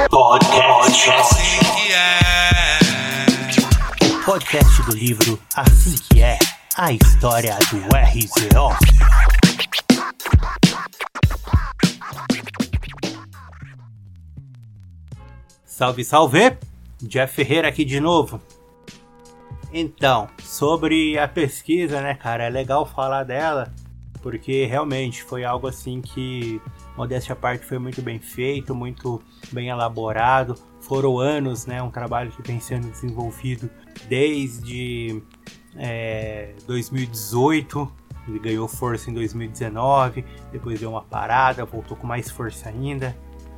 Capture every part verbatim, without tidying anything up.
Podcast. Podcast do livro Assim Que É, a história do R Z O. Salve, salve! Jeff Ferreira aqui de novo. Então, sobre a pesquisa, né, cara, é legal falar dela, porque realmente foi algo assim que, modéstia à parte, foi muito bem feito, muito bem elaborado. Foram anos, né, um trabalho que vem sendo desenvolvido desde é, dois mil e dezoito, ele ganhou força em dois mil e dezenove, depois deu uma parada, voltou com mais força ainda,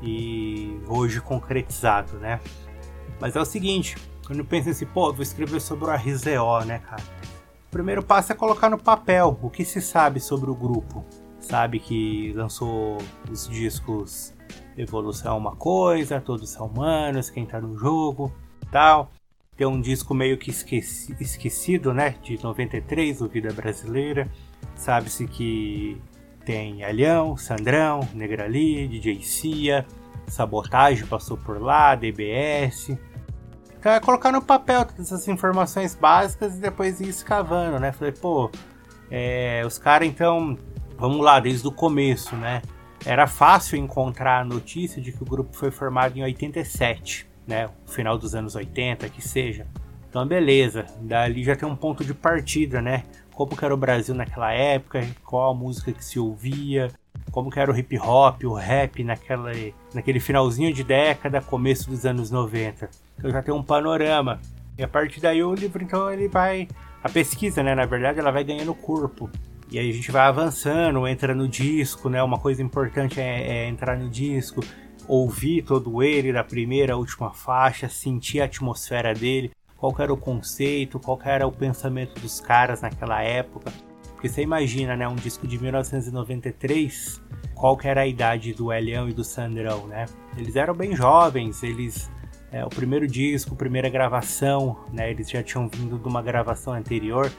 e hoje concretizado, né. Mas é o seguinte, quando pensa assim, pô, vou escrever sobre o R Z O, né, cara? O primeiro passo é colocar no papel o que se sabe sobre o grupo. Sabe que lançou os discos Evolução é uma Coisa, Todos São Humanos, Quem Tá no Jogo, tal. Tem um disco meio que esqueci, esquecido, né, de noventa e três, o Vida Brasileira. Sabe-se que tem Alhão, Sandrão, Negrali, D J Cia, Sabotagem passou por lá, D B S... Então é colocar no papel todas essas informações básicas e depois ir escavando, né? Falei, pô, é, os caras então, vamos lá, desde o começo, né? Era fácil encontrar a notícia de que o grupo foi formado em oitenta e sete, né? No final dos anos oitenta, que seja. Então beleza, dali já tem um ponto de partida, né? Como que era o Brasil naquela época, qual a música que se ouvia, como que era o hip hop, o rap naquela, naquele finalzinho de década, começo dos anos noventa. Então já tem um panorama. E a partir daí o livro, então, ele vai... A pesquisa, né, na verdade, ela vai ganhando corpo. E aí a gente vai avançando, entra no disco, né? Uma coisa importante é, é entrar no disco, ouvir todo ele, da primeira à última faixa, sentir a atmosfera dele, qual que era o conceito, qual que era o pensamento dos caras naquela época. Porque você imagina, né, um disco de mil novecentos e noventa e três, qual que era a idade do Elhão e do Sandrão, né? Eles eram bem jovens, eles... É, o primeiro disco, primeira gravação, né, eles já tinham vindo de uma gravação anterior,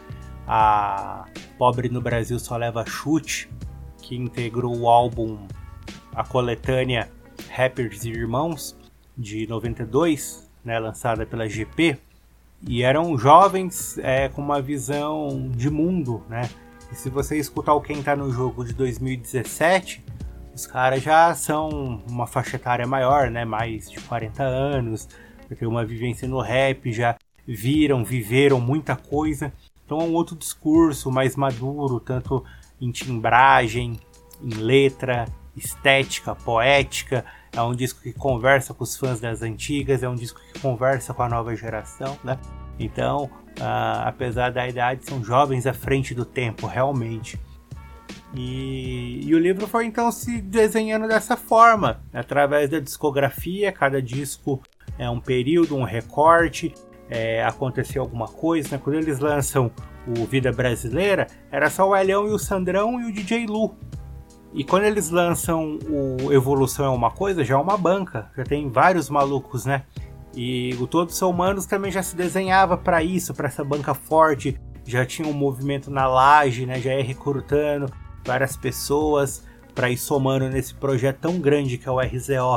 a Pobre no Brasil Só Leva Chute, que integrou o álbum, a coletânea Rappers e Irmãos, de noventa e dois, né, lançada pela G P, e eram jovens é, com uma visão de mundo, né, e se você escutar o Quem Tá no Jogo de dois mil e dezessete, os caras já são uma faixa etária maior, né? Mais de quarenta anos, já tem uma vivência no rap, já viram, viveram muita coisa. Então é um outro discurso mais maduro, tanto em timbragem, em letra, estética, poética. É um disco que conversa com os fãs das antigas, é um disco que conversa com a nova geração, né? Então, ah, apesar da idade, são jovens à frente do tempo, realmente. E, e o livro foi então se desenhando dessa forma, através da discografia. Cada disco é um período, um recorte, é, aconteceu alguma coisa, né? Quando eles lançam o Vida Brasileira, era só o Elhão e o Sandrão e o D J Lu. E quando eles lançam o Evolução é uma Coisa, já é uma banca, já tem vários malucos, né? E o Todos São Humanos também já se desenhava para isso, para essa banca forte, já tinha um movimento na laje, né? Já ia recrutando várias pessoas para ir somando nesse projeto tão grande que é o R Z O.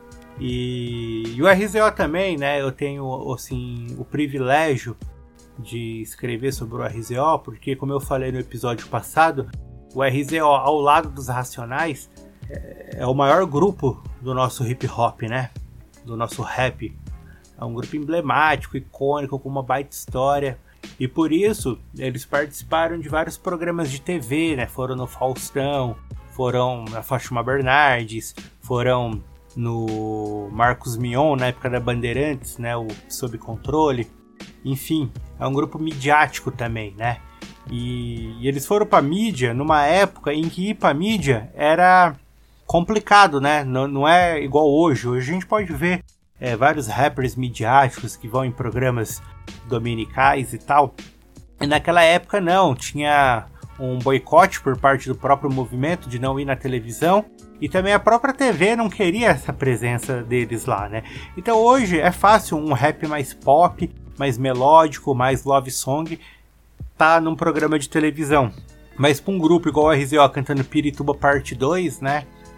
E, e o R Z O também, né? Eu tenho assim, o privilégio de escrever sobre o R Z O, porque, como eu falei no episódio passado, o R Z O, ao lado dos Racionais, é, é o maior grupo do nosso hip hop, né? Do nosso rap. É um grupo emblemático, icônico, com uma baita história. E por isso, eles participaram de vários programas de T V, né? Foram no Faustão, foram na Fátima Bernardes, foram no Marcos Mion, na época da Bandeirantes, né? O Sob Controle. Enfim, é um grupo midiático também, né? E, e eles foram pra mídia numa época em que ir pra mídia era complicado, né? Não, não é igual hoje. Hoje a gente pode ver é, vários rappers midiáticos que vão em programas dominicais e tal. E naquela época não, tinha um boicote por parte do próprio movimento de não ir na televisão, e também a própria T V não queria essa presença deles lá, né? Então hoje é fácil um rap mais pop, mais melódico, mais love song, tá num programa de televisão. Mas pra um grupo igual o R Z O cantando Pirituba Parte dois, né?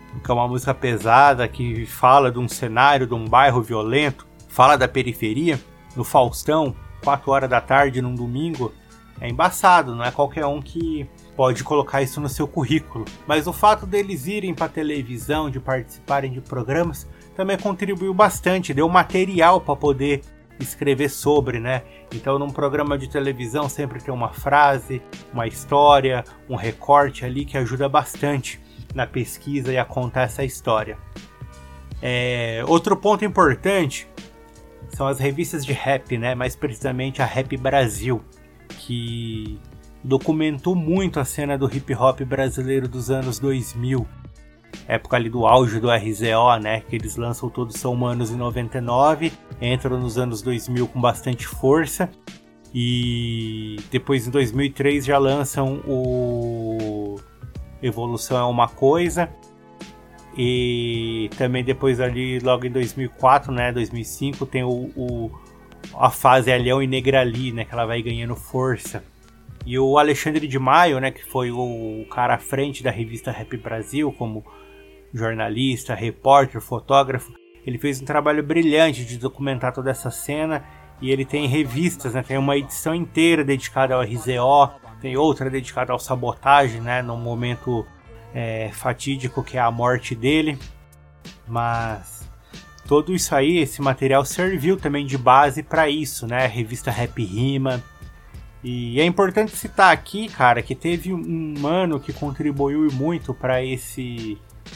que é uma música pesada, que fala de um cenário, de um bairro violento, fala da periferia, no Faustão, quatro horas da tarde num domingo, é embaçado, não é qualquer um que pode colocar isso no seu currículo. Mas o fato deles irem para televisão, de participarem de programas, também contribuiu bastante, deu material para poder escrever sobre, né? Então, num programa de televisão sempre tem uma frase, uma história, um recorte ali que ajuda bastante na pesquisa e a contar essa história. É, outro ponto importante são as revistas de rap, né? Mais precisamente a Rap Brasil, que documentou muito a cena do hip hop brasileiro dos anos dois mil, época ali do auge do R Z O, né? Que eles lançam Todos São Humanos em noventa e nove, entram nos anos dois mil com bastante força e depois em dois mil e três já lançam o Evolução é uma Coisa, e também depois ali logo em dois mil e quatro, né, dois mil e cinco tem o, o a fase Alhão e Negrali, né, que ela vai ganhando força. E o Alexandre de Maio, né, que foi o cara à frente da revista Rap Brasil como jornalista, repórter, fotógrafo, ele fez um trabalho brilhante de documentar toda essa cena, e ele tem revistas, né, tem uma edição inteira dedicada ao R Z O, tem outra dedicada ao Sabotagem, né, num momento é, fatídico que é a morte dele. Mas tudo isso aí, esse material serviu também de base para isso, né, a revista Rap Rima. E é importante citar aqui, cara, que teve um mano que contribuiu muito para esse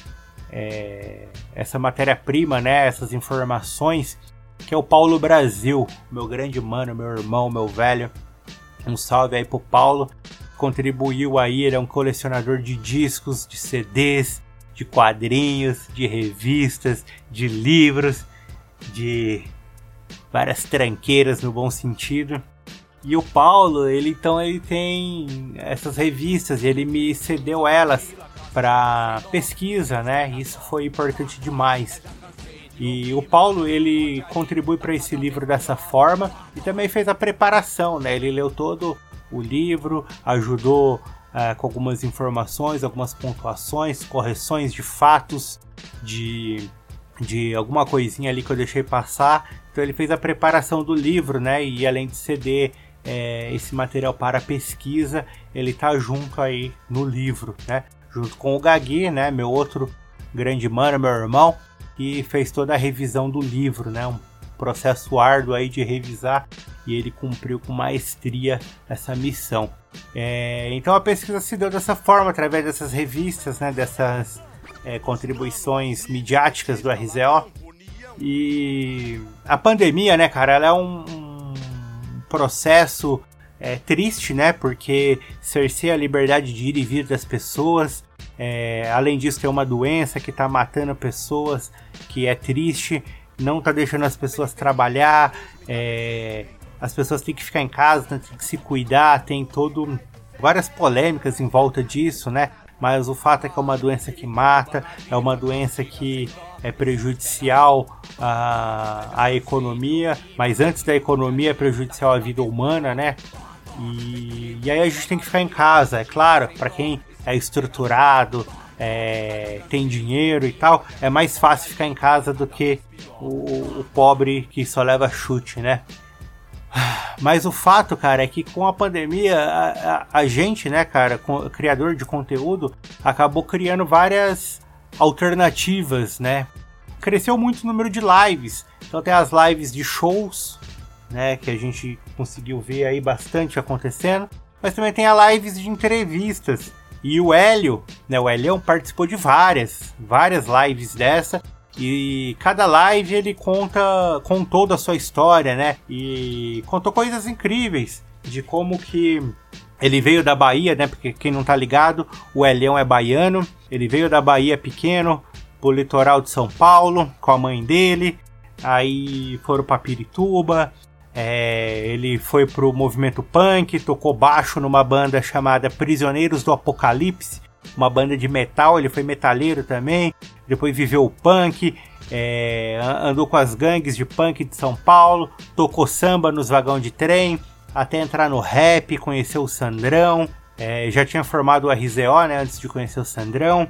é, essa matéria-prima, né, essas informações, que é o Paulo Brasil, meu grande mano, meu irmão, meu velho. Um salve aí pro Paulo, contribuiu aí, ele é um colecionador de discos, de C Ds, de quadrinhos, de revistas, de livros, de várias tranqueiras no bom sentido. E o Paulo, ele então ele tem essas revistas, ele me cedeu elas para pesquisa, né? Isso foi importante demais. E o Paulo, ele contribui para esse livro dessa forma e também fez a preparação, né? Ele leu todo o livro, ajudou uh, com algumas informações, algumas pontuações, correções de fatos, de, de alguma coisinha ali que eu deixei passar. Então ele fez a preparação do livro, né? E além de ceder é, esse material para pesquisa, ele tá junto aí no livro, né? Junto com o Gagui, né? Meu outro grande mano, meu irmão, que fez toda a revisão do livro, né? Um processo árduo aí de revisar, e ele cumpriu com maestria essa missão. É, então a pesquisa se deu dessa forma, através dessas revistas, né? Dessas é, contribuições midiáticas do R Z O. E a pandemia, né, cara, ela é um, um processo é, triste, né? Porque cerceia a liberdade de ir e vir das pessoas. É, além disso, tem uma doença que está matando pessoas, que é triste, não está deixando as pessoas trabalhar, é, as pessoas têm que ficar em casa, têm que se cuidar, tem todo várias polêmicas em volta disso, né? Mas o fato é que é uma doença que mata, é uma doença que é prejudicial à, à economia, mas antes da economia é prejudicial à vida humana, né? E, e aí a gente tem que ficar em casa, é claro, para quem é estruturado, é, tem dinheiro e tal, é mais fácil ficar em casa do que o, o pobre que só leva chute, né? Mas o fato, cara, é que com a pandemia, a, a, a gente, né, cara, com, criador de conteúdo, acabou criando várias alternativas, né? Cresceu muito o número de lives, então tem as lives de shows, né, que a gente conseguiu ver aí bastante acontecendo, mas também tem as lives de entrevistas. E o Hélio, né, o Helião participou de várias, várias lives dessa, e cada live ele conta, contou da sua história, né, e contou coisas incríveis, de como que ele veio da Bahia, né, porque quem não tá ligado, o Helião é baiano, ele veio da Bahia pequeno, pro litoral de São Paulo, com a mãe dele, aí foram pra Pirituba. É, ele foi pro movimento punk, tocou baixo numa banda chamada Prisioneiros do Apocalipse, uma banda de metal, ele foi metaleiro também, depois viveu o punk, é, andou com as gangues de punk de São Paulo, tocou samba nos vagão de trem, até entrar no rap, conheceu o Sandrão, É, já tinha formado o R Z O, né, antes de conhecer o Sandrão,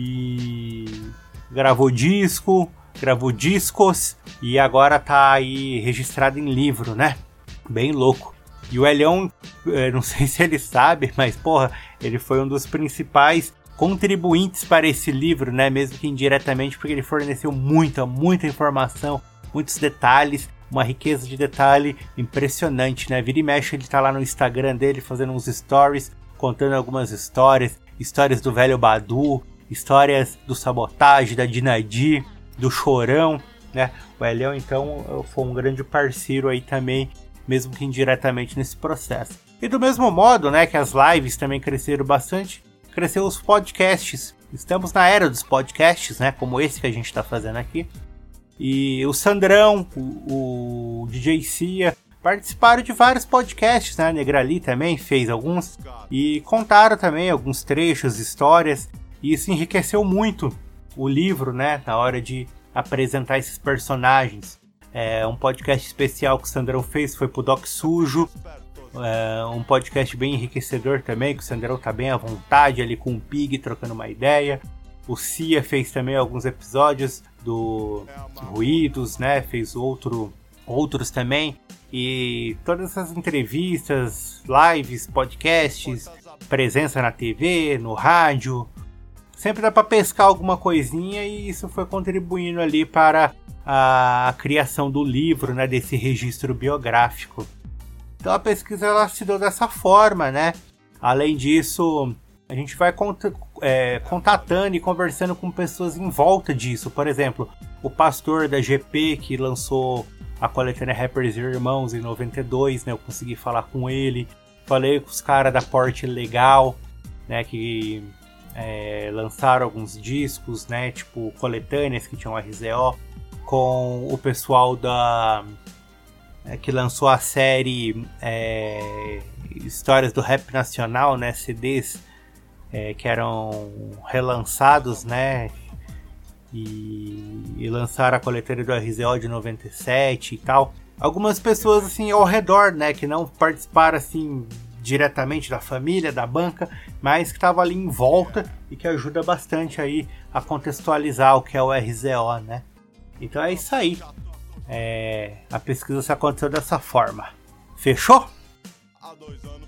e gravou disco, gravou discos, e agora tá aí registrado em livro, né? Bem louco. E o Elião, não sei se ele sabe, mas porra, ele foi um dos principais contribuintes para esse livro, né? Mesmo que indiretamente, porque ele forneceu muita, muita informação, muitos detalhes, uma riqueza de detalhe impressionante, né? Vira e mexe, ele tá lá no Instagram dele fazendo uns stories, contando algumas histórias, histórias do velho Badu, histórias do Sabotagem, da Dinadi, do Chorão, né? O Elião, então, foi um grande parceiro aí também, mesmo que indiretamente nesse processo. E do mesmo modo, né, que as lives também cresceram bastante, cresceu os podcasts. Estamos na era dos podcasts, né, como esse que a gente está fazendo aqui. E o Sandrão, o, o D J Cia, participaram de vários podcasts, né? A Negrali também fez alguns. E contaram também alguns trechos, histórias. E isso enriqueceu muito o livro, né? Na hora de apresentar esses personagens. É, um podcast especial que o Sandrão fez foi pro Doc Sujo. É, um podcast bem enriquecedor também, que o Sandrão tá bem à vontade ali com o Pig, trocando uma ideia. O Cia fez também alguns episódios do Ruídos, né? Fez outro, outros também. E todas essas entrevistas, lives, podcasts, presença na T V, no rádio, sempre dá para pescar alguma coisinha, e isso foi contribuindo ali para a, a criação do livro, né? Desse registro biográfico. Então a pesquisa ela se deu dessa forma, né? Além disso, a gente vai cont- é, contatando e conversando com pessoas em volta disso. Por exemplo, o pastor da G P, que lançou a coletânea Rappers e Irmãos em noventa e dois, né? Eu consegui falar com ele. Falei com os caras da Porte Legal, né? Que é, lançaram alguns discos, né? Tipo coletâneas que tinham R Z O. Com o pessoal da... É, que lançou a série é, Histórias do Rap Nacional, né? C Ds é, que eram relançados, né? E, e lançaram a coletânea do R Z O de noventa e sete e tal. Algumas pessoas assim ao redor, né? Que não participaram assim diretamente da família, da banca, mas que estavam ali em volta e que ajuda bastante aí a contextualizar o que é o R Z O, né? Então é isso aí. É, a pesquisa se aconteceu dessa forma. Fechou? Há dois anos